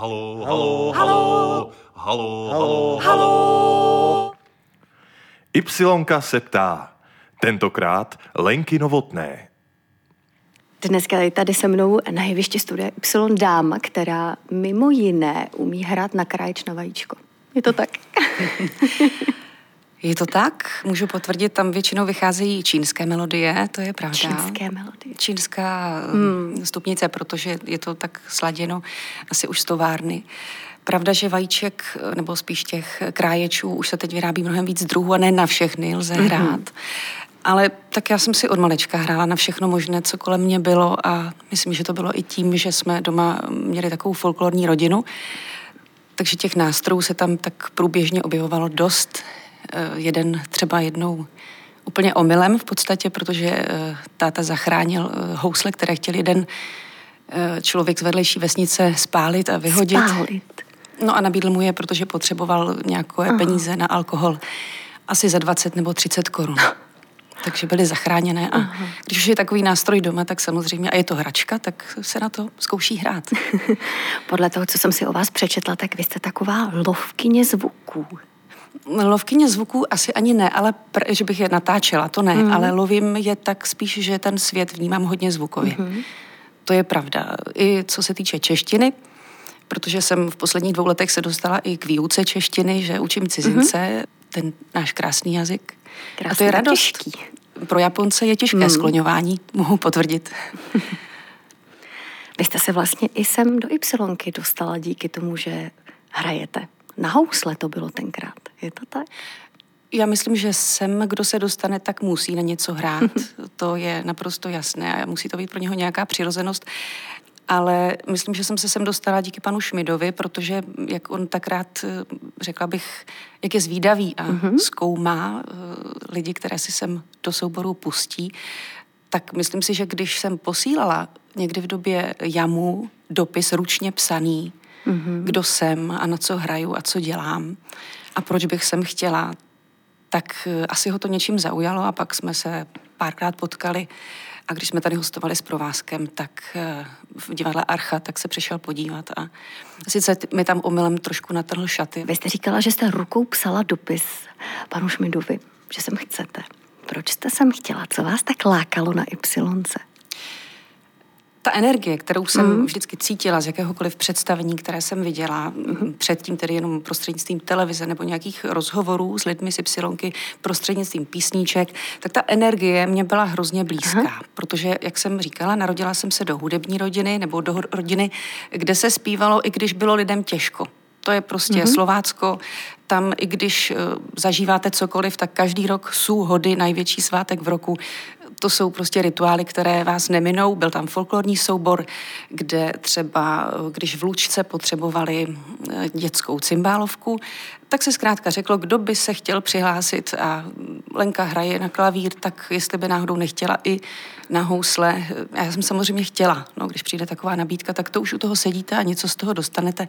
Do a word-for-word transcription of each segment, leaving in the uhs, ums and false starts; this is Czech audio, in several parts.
Halo, halo, halo, halo, halo, halo. Ypsilonka se ptá. Tentokrát Lenky Novotné. Dneska je tady se mnou na jevišti Studia Y dáma, která mimo jiné umí hrát na kráječ na vajíčko. Je to tak? Je to tak, můžu potvrdit, tam většinou vycházejí čínské melodie, to je pravda. Čínské melodie. Čínská hmm. stupnice, protože je to tak sladěno asi už z továrny. Pravda, že vajíček, nebo spíš těch kráječů, už se teď vyrábí mnohem víc druhů a ne na všechny lze mm-hmm. hrát. Ale tak já jsem si od malečka hrála na všechno možné, co kolem mě bylo a myslím, že to bylo i tím, že jsme doma měli takovou folklorní rodinu. Takže těch nástrojů se tam tak průběžně objevovalo dost. Jeden třeba jednou úplně omylem v podstatě, protože táta zachránil housle, které chtěl jeden člověk z vedlejší vesnice spálit a vyhodit. Spálit. No a nabídl mu je, protože potřeboval nějaké Aha. peníze na alkohol. Asi za dvacet nebo třicet korun. Takže byly zachráněné a Aha. když už je takový nástroj doma, tak samozřejmě, a je to hračka, tak se na to zkouší hrát. Podle toho, co jsem si o vás přečetla, tak vy jste taková lovkyně zvuků. Lovkyně zvuků asi ani ne, ale pr- že bych je natáčela, to ne, mm. ale lovím je tak spíš, že ten svět vnímám hodně zvukově. Mm. To je pravda. I co se týče češtiny, protože jsem v posledních dvou letech se dostala i k výuce češtiny, že učím cizince, mm-hmm. ten náš krásný jazyk. Krásný a to je radost. Těžký. Pro Japonce je těžké mm. skloňování, mohu potvrdit. Vy jste se vlastně i sem do Ypsilonky dostala díky tomu, že hrajete. Na housle to bylo tenkrát, je to tak? Já myslím, že sem, kdo se dostane, tak musí na něco hrát. To je naprosto jasné a musí to být pro něho nějaká přirozenost. Ale myslím, že jsem se sem dostala díky panu Šmidovi, protože jak on tak rád, řekla bych, jak je zvídavý a mm-hmm. zkoumá lidi, které si sem do souboru pustí, tak myslím si, že když jsem posílala někdy v době jamu dopis ručně psaný, mm-hmm. kdo jsem a na co hraju a co dělám a proč bych sem chtěla, tak asi ho to něčím zaujalo a pak jsme se párkrát potkali a když jsme tady hostovali s provázkem, tak v divadle Archa, tak se přišel podívat a sice mi tam omylem trošku natrhl šaty. Vy jste říkala, že jste rukou psala dopis panu Šmidovi, že sem chcete. Proč jste sem chtěla? Co vás tak lákalo na Ypsilonce? Ta energie, kterou jsem mm. vždycky cítila z jakéhokoliv představení, které jsem viděla, mm. předtím tedy jenom prostřednictvím televize nebo nějakých rozhovorů s lidmi z Ypsilonky, prostřednictvím písníček, tak ta energie mě byla hrozně blízká, Aha. protože, jak jsem říkala, narodila jsem se do hudební rodiny nebo do rodiny, kde se zpívalo, i když bylo lidem těžko. To je prostě mm-hmm. Slovácko. Tam, i když uh, zažíváte cokoliv, tak každý rok sú hody, největší svátek v roku. To jsou prostě rituály, které vás neminou. Byl tam folklorní soubor, kde třeba, když v Lučce potřebovali dětskou cymbálovku, tak se zkrátka řeklo, kdo by se chtěl přihlásit a Lenka hraje na klavír, tak jestli by náhodou nechtěla i na housle. Já jsem samozřejmě chtěla. No, když přijde taková nabídka, tak to už u toho sedíte a něco z toho dostanete.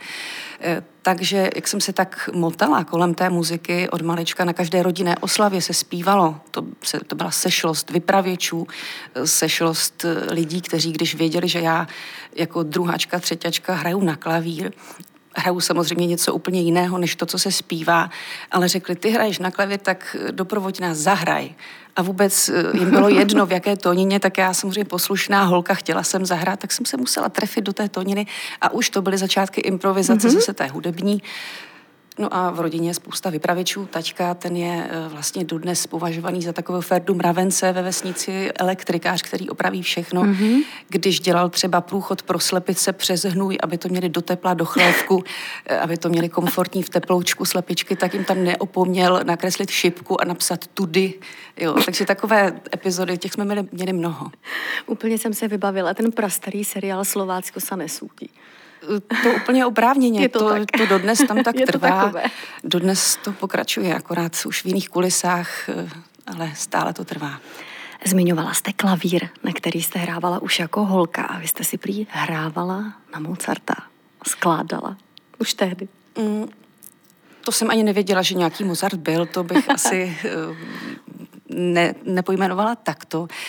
Takže jak jsem se tak motala kolem té muziky od malička, na každé rodinné oslavě se zpívalo. To, se, to byla sešlost vypravěčů, sešlost lidí, kteří když věděli, že já jako druháčka, třeťačka hraju na klavír, hraju samozřejmě něco úplně jiného, než to, co se zpívá, ale řekli, ty hraješ na klavír, tak doprovoď nás, zahraj. A vůbec jim bylo jedno, v jaké tónině, tak já samozřejmě poslušná holka, chtěla jsem zahrát, tak jsem se musela trefit do té tóniny a už to byly začátky improvizace, mm-hmm. zase té hudební. No a v rodině je spousta vypravěčů. Taťka, ten je vlastně dodnes považovaný za takového Ferdu Mravence ve vesnici, elektrikář, který opraví všechno. Mm-hmm. Když dělal třeba průchod pro slepice přes hnůj, aby to měli do tepla, do chlévku, aby to měli komfortní v teploučku slepičky, tak jim tam neopomněl nakreslit šipku a napsat tudy. Jo, takže takové epizody, těch jsme měli, měli mnoho. Úplně jsem se vybavila ten prastarý seriál Slovácko sa nesúdi. To úplně oprávněně, to, to, to dodnes tam tak je trvá, to dodnes to pokračuje, akorát už v jiných kulisách, ale stále to trvá. Zmiňovala jste klavír, na který jste hrávala už jako holka a vy jste si prý hrávala na Mozarta, skládala už tehdy. Mm, to jsem ani nevěděla, že nějaký Mozart byl, to bych asi ne, nepojmenovala takto.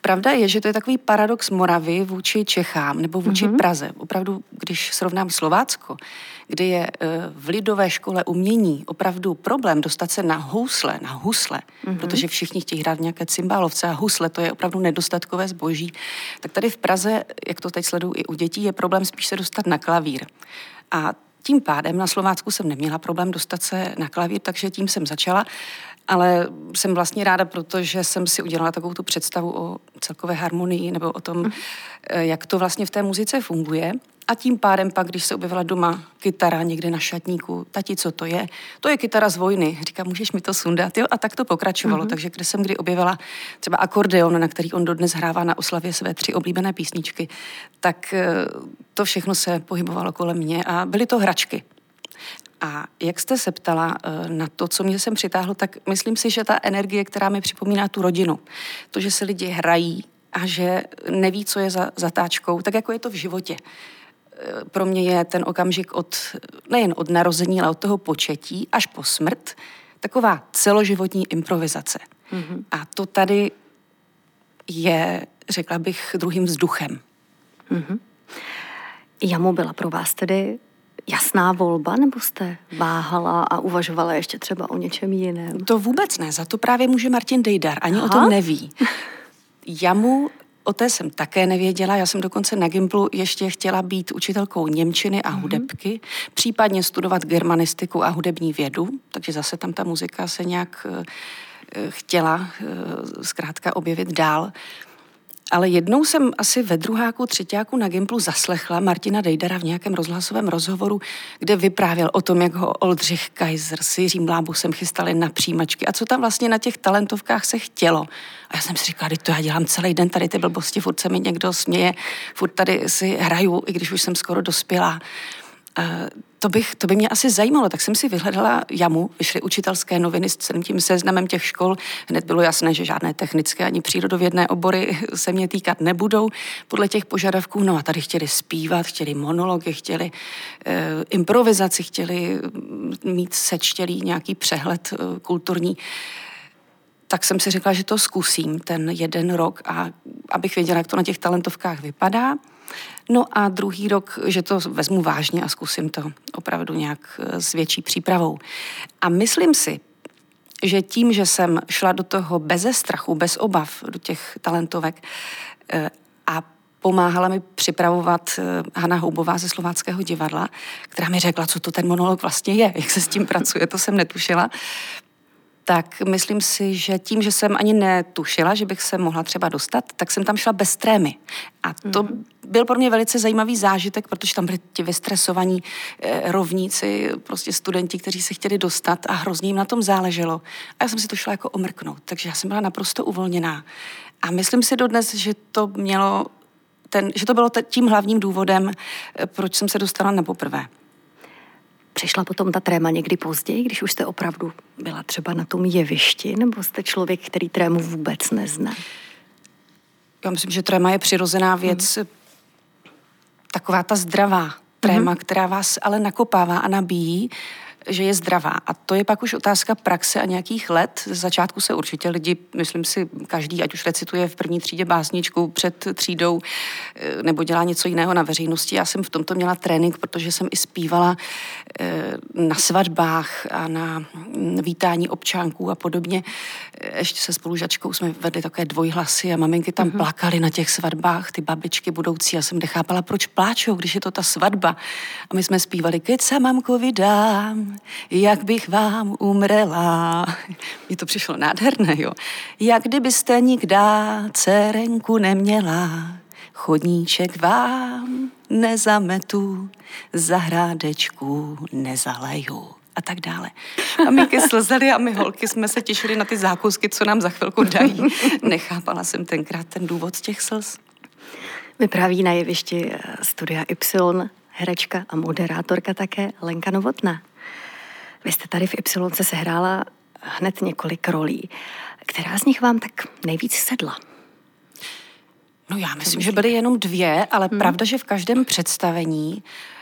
Pravda je, že to je takový paradox Moravy vůči Čechám nebo vůči mm-hmm. Praze. Opravdu, když srovnám Slovácko, kde je v lidové škole umění opravdu problém dostat se na housle, na husle, mm-hmm. protože všichni chtějí hrát nějaké cymbálovce a husle, to je opravdu nedostatkové zboží. Tak tady v Praze, jak to teď sleduju i u dětí, je problém spíš se dostat na klavír. A tím pádem na Slovácku jsem neměla problém dostat se na klavír, takže tím jsem začala. Ale jsem vlastně ráda, protože jsem si udělala takovou tu představu o celkové harmonii nebo o tom, mm. jak to vlastně v té muzice funguje. A tím pádem pak, když se objevila doma kytara někde na šatníku, tati, co to je? To je kytara z vojny. Říkám, můžeš mi to sundat? Jo? A tak to pokračovalo. Mm-hmm. Takže když jsem kdy objevila třeba akordeon, na který on dodnes hrává na oslavě své tři oblíbené písničky, tak to všechno se pohybovalo kolem mě a byly to hračky. A jak jste se ptala na to, co mě sem přitáhlo, tak myslím si, že ta energie, která mi připomíná tu rodinu, to, že se lidi hrají a že neví, co je za zatáčkou, tak jako je to v životě. Pro mě je ten okamžik od, nejen od narození, ale od toho početí až po smrt, taková celoživotní improvizace. Mm-hmm. A to tady je, řekla bych, druhým vzduchem. Mm-hmm. Jamu byla pro vás tedy jasná volba, nebo jste váhala a uvažovala ještě třeba o něčem jiném? To vůbec ne, za to právě může Martin Dejdar, ani Aha. o tom neví. Jamu, o té jsem také nevěděla, já jsem dokonce na Gimplu ještě chtěla být učitelkou němčiny a hudebky, mm-hmm. případně studovat germanistiku a hudební vědu, takže zase tam ta muzika se nějak uh, chtěla uh, zkrátka objevit dál. Ale jednou jsem asi ve druháku, třetíku na Gimplu zaslechla Martina Dejdara v nějakém rozhlasovém rozhovoru, kde vyprávěl o tom, jak ho Oldřich Kaiser s Jiřím Lábusem chystali na přijímačky a co tam vlastně na těch talentovkách se chtělo. A já jsem si říkala, to já dělám celý den tady ty blbosti, furt se mi někdo směje, furt tady si hraju, i když už jsem skoro dospělá. Uh, to, bych, to by mě asi zajímalo, tak jsem si vyhledala Jamu, vyšly učitelské noviny s celým tím seznamem těch škol, hned bylo jasné, že žádné technické ani přírodovědné obory se mě týkat nebudou podle těch požadavků, no a tady chtěli zpívat, chtěli monology, chtěli uh, improvizaci, chtěli mít sečtělý nějaký přehled uh, kulturní. Tak jsem si řekla, že to zkusím ten jeden rok a abych věděla, jak to na těch talentovkách vypadá. No a druhý rok, že to vezmu vážně a zkusím to opravdu nějak s větší přípravou. A myslím si, že tím, že jsem šla do toho beze strachu, bez obav, do těch talentovek a pomáhala mi připravovat Hana Houbová ze Slováckého divadla, která mi řekla, co to ten monolog vlastně je, jak se s tím pracuje, to jsem netušila. Tak myslím si, že tím, že jsem ani netušila, že bych se mohla třeba dostat, tak jsem tam šla bez trémy. A to mm. byl pro mě velice zajímavý zážitek, protože tam byli ti vystresovaní eh, rovníci, prostě studenti, kteří se chtěli dostat a hrozně jim na tom záleželo. A já jsem si to šla jako omrknout, takže já jsem byla naprosto uvolněná. A myslím si dodnes, že to mělo ten, že to bylo tím hlavním důvodem, proč jsem se dostala na poprvé. Přišla potom ta tréma někdy později, když už jste opravdu byla třeba na tom jevišti, nebo jste člověk, který trému vůbec nezná? Já myslím, že tréma je přirozená věc, mm. taková ta zdravá tréma, mm. která vás ale nakopává a nabíjí, že je zdravá. A to je pak už otázka praxe a nějakých let. Z začátku se určitě lidi, myslím si, každý, ať už recituje v první třídě básničku před třídou nebo dělá něco jiného na veřejnosti. Já jsem v tomto měla trénink, protože jsem i zpívala na svatbách a na vítání občánků a podobně. Ještě se spolužačkou jsme vedli takové dvojhlasy a maminky tam mm-hmm. plakaly na těch svatbách, ty babičky budoucí. Já jsem nechápala, proč pláčou, když je to ta svatba. A my jsme zpívali, keď sa mamko vydám, jak bych vám umrela. Mně to přišlo nádherné, jo. Jak kdybyste nikdy dcerenku neměla, chodníček vám nezametu, zahrádečku nezaleju. A tak dále. A Maminky slzely a my holky jsme se těšili na ty zákusky, co nám za chvilku dají. Nechápala jsem tenkrát ten důvod těch slz. Vypráví na jevišti Studia Y herečka a moderátorka také Lenka Novotná. Vy jste tady v Y se sehrála hned několik rolí. Která z nich vám tak nejvíc sedla? No já myslím, že byly jenom dvě, ale hmm. pravda, že v každém představení,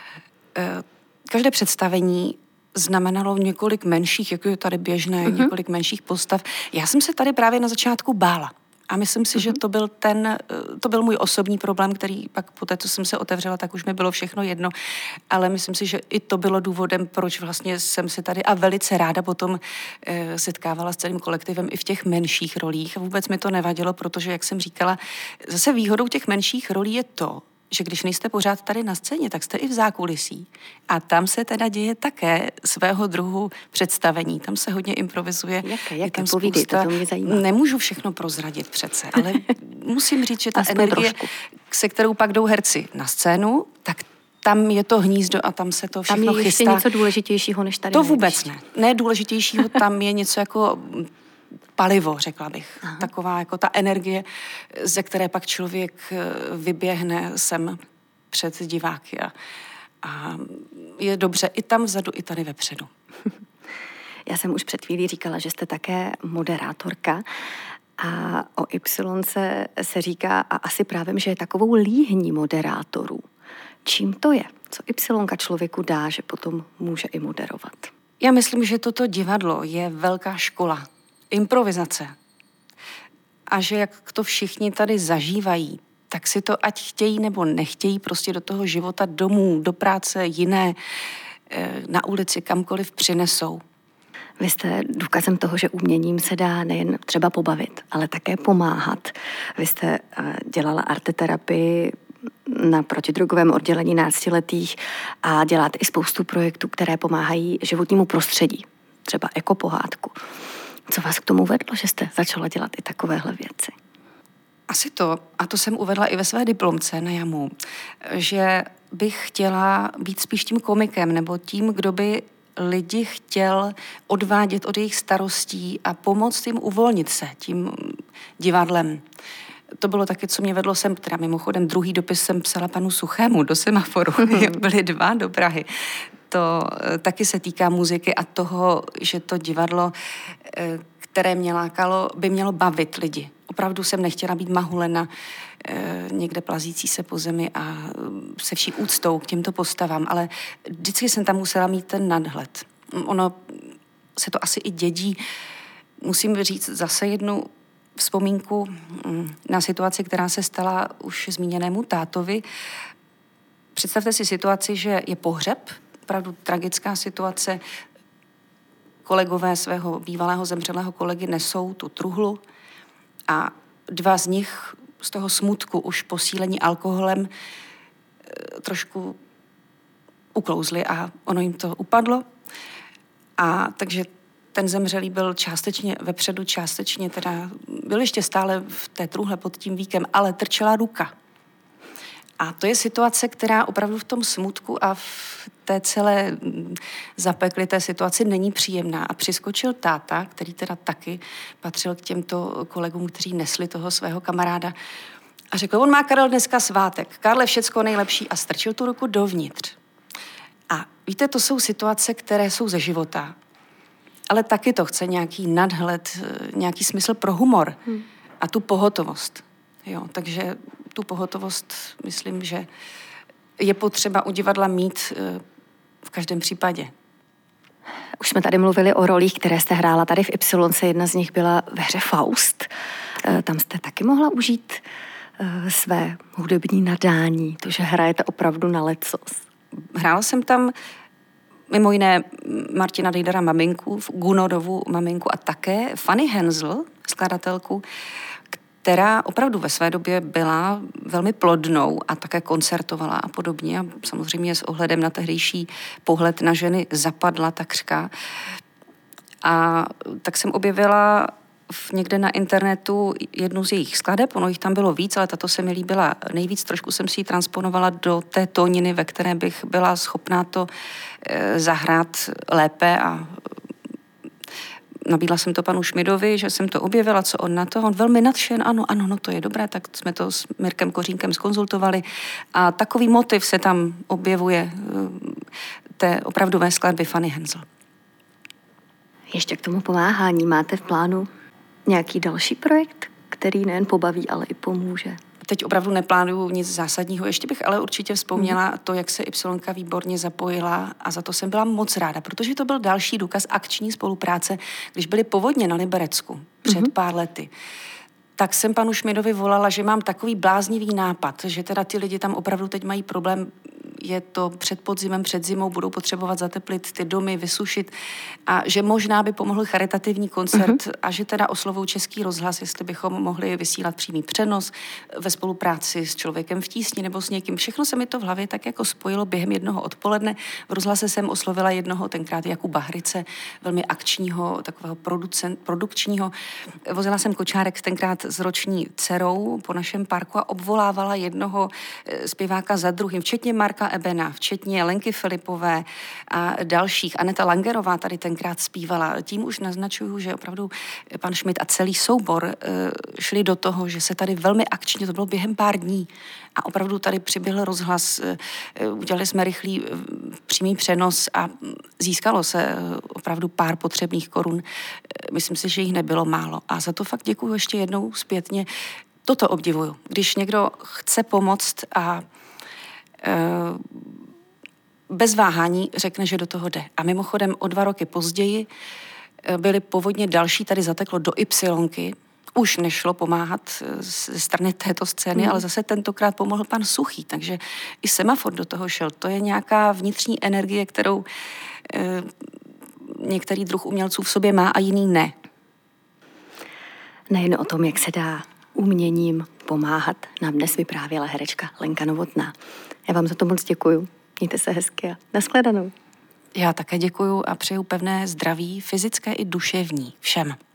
každé představení znamenalo několik menších, jako je tady běžné, mm-hmm. několik menších postav. Já jsem se tady právě na začátku bála. A myslím si, mm-hmm. že to byl ten, to byl můj osobní problém, který pak po té, co jsem se otevřela, tak už mi bylo všechno jedno. Ale myslím si, že i to bylo důvodem, proč vlastně jsem se tady a velice ráda potom eh, setkávala s celým kolektivem i v těch menších rolích. A vůbec mi to nevadilo, protože, jak jsem říkala, zase výhodou těch menších rolí je to, že když nejste pořád tady na scéně, tak jste i v zákulisí. A tam se teda děje také svého druhu představení. Tam se hodně improvizuje. Jaké, jaké povídejte, to mě zajímá. Nemůžu všechno prozradit přece, ale musím říct, že ta Aspoň energie, trošku. se kterou pak jdou herci na scénu, tak tam je to hnízdo a tam se to všechno chystá. Tam je ještě chystá. něco důležitějšího než tady. To vůbec ne. Ne důležitějšího, tam je něco jako palivo, řekla bych. Aha. Taková jako ta energie, ze které pak člověk vyběhne sem před diváky. A, a je dobře i tam vzadu, i tady vepředu. Já jsem už před chvílí říkala, že jste také moderátorka a o Y se, se říká a asi právě, že je takovou líhní moderátorů. Čím to je? Co Y člověku dá, že potom může i moderovat? Já myslím, že toto divadlo je velká škola. Improvizace. A že jak to všichni tady zažívají, tak si to ať chtějí nebo nechtějí prostě do toho života domů, do práce, jiné, na ulici, kamkoliv přinesou. Vy jste důkazem toho, že uměním se dá nejen třeba pobavit, ale také pomáhat. Vy jste dělala arteterapii na protidrogovém oddělení náctiletých a děláte i spoustu projektů, které pomáhají životnímu prostředí, třeba ekopohádku. Co vás k tomu vedlo, že jste začala dělat i takovéhle věci? Asi to, a to jsem uvedla i ve své diplomce na JAMU, že bych chtěla být spíš tím komikem, nebo tím, kdo by lidi chtěl odvádět od jejich starostí a pomoct jim uvolnit se tím divadlem. To bylo taky, co mě vedlo sem, teda mimochodem druhý dopis jsem psala panu Suchému do Semaforu, byly dva do Prahy. To taky se týká muziky a toho, že to divadlo, které mě lákalo, by mělo bavit lidi. Opravdu jsem nechtěla být mahulena někde plazící se po zemi a se vší úctou k těmto postavám, ale vždycky jsem tam musela mít ten nadhled. Ono se to asi i dědí. Musím říct zase jednu vzpomínku na situaci, která se stala už zmíněnému tátovi. Představte si situaci, že je pohřeb, opravdu tragická situace. Kolegové svého bývalého zemřelého kolegy nesou tu truhlu a dva z nich z toho smutku už posílení alkoholem trošku uklouzli a ono jim to upadlo. A takže ten zemřelý byl částečně vepředu, částečně teda byl ještě stále v té truhle pod tím víkem, ale trčela ruka. A to je situace, která opravdu v tom smutku a v té celé zapeklité situaci není příjemná. A přiskočil táta, který teda taky patřil k těmto kolegům, kteří nesli toho svého kamaráda. A řekl, on má Karel dneska svátek. Karle, všecko nejlepší. A strčil tu ruku dovnitř. A víte, to jsou situace, které jsou ze života. Ale taky to chce nějaký nadhled, nějaký smysl pro humor. Hmm. A tu pohotovost. Jo, takže tu pohotovost, myslím, že je potřeba u divadla mít v každém případě. Už jsme tady mluvili o rolích, které jste hrála tady v Y. Jedna z nich byla ve hře Faust. Tam jste taky mohla užít své hudební nadání, to, že hrajete opravdu na lecos. Hrála jsem tam mimo jiné Martina Dejdara maminku, Gunnodovu maminku a také Fanny Hensel, skladatelku, která opravdu ve své době byla velmi plodnou a také koncertovala a podobně. A samozřejmě s ohledem na tehdejší pohled na ženy zapadla takřka. A tak jsem objevila v, někde na internetu jednu z jejich skladeb, ono jich tam bylo víc, ale tato se mi líbila nejvíc. Trošku jsem si ji transponovala do té tóniny, ve které bych byla schopná to e, zahrát lépe a nabídla jsem to panu Šmidovi, že jsem to objevila, co on na to. On velmi nadšen, ano, ano, no to je dobré, tak jsme to s Mirkem Kořínkem zkonzultovali. A takový motiv se tam objevuje té opravdové skladby Fanny Hensel. Ještě k tomu pomáhání máte v plánu nějaký další projekt, který nejen pobaví, ale i pomůže? Teď opravdu neplánuju nic zásadního. Ještě bych ale určitě vzpomněla mm. to, jak se Y výborně zapojila a za to jsem byla moc ráda, protože to byl další důkaz akční spolupráce, když byly povodně na Liberecku před mm. pár lety. tak jsem panu Šmidovi volala, že mám takový bláznivý nápad, že teda ty lidi tam opravdu teď mají problém, je to před podzimem, před zimou, budou potřebovat zateplit ty domy, vysušit a že možná by pomohl charitativní koncert uh-huh. a že teda oslovou Český rozhlas, jestli bychom mohli vysílat přímý přenos ve spolupráci s Člověkem v tísni nebo s někým. Všechno se mi to v hlavě tak jako spojilo během jednoho odpoledne. V rozhlase jsem oslovila jednoho, tenkrát Jakuba Hryce, velmi akčního, takového producent, produkčního. Vozila jsem kočárek tenkrát s roční dcerou po našem parku a obvolávala jednoho zpěváka za druhým, včetně Marka Ebena, včetně Lenky Filipové a dalších. Aneta Langerová tady tenkrát zpívala. Tím už naznačuju, že opravdu pan Šmid a celý soubor uh, šli do toho, že se tady velmi akčně, to bylo během pár dní, a opravdu tady přiběhl rozhlas, uh, udělali jsme rychlý uh, přímý přenos a získalo se uh, opravdu pár potřebných korun. Uh, myslím si, že jich nebylo málo. A za to fakt děkuju ještě jednou zpětně. Toto obdivuju. Když někdo chce pomoct a bez váhání řekne, že do toho jde. A mimochodem o dva roky později byly povodně další, tady zateklo do Ypsilonky. Už nešlo pomáhat ze strany této scény, mm. ale zase tentokrát pomohl pan Suchý, takže i Semafor do toho šel. To je nějaká vnitřní energie, kterou e, některý druh umělců v sobě má a jiný ne. Nejen o tom, jak se dá uměním pomáhat, nám dnes vyprávěla herečka Lenka Novotná. Já vám za to moc děkuju. Mějte se hezky a nashledanou. Já také děkuju a přeju pevné zdraví, fyzické i duševní všem.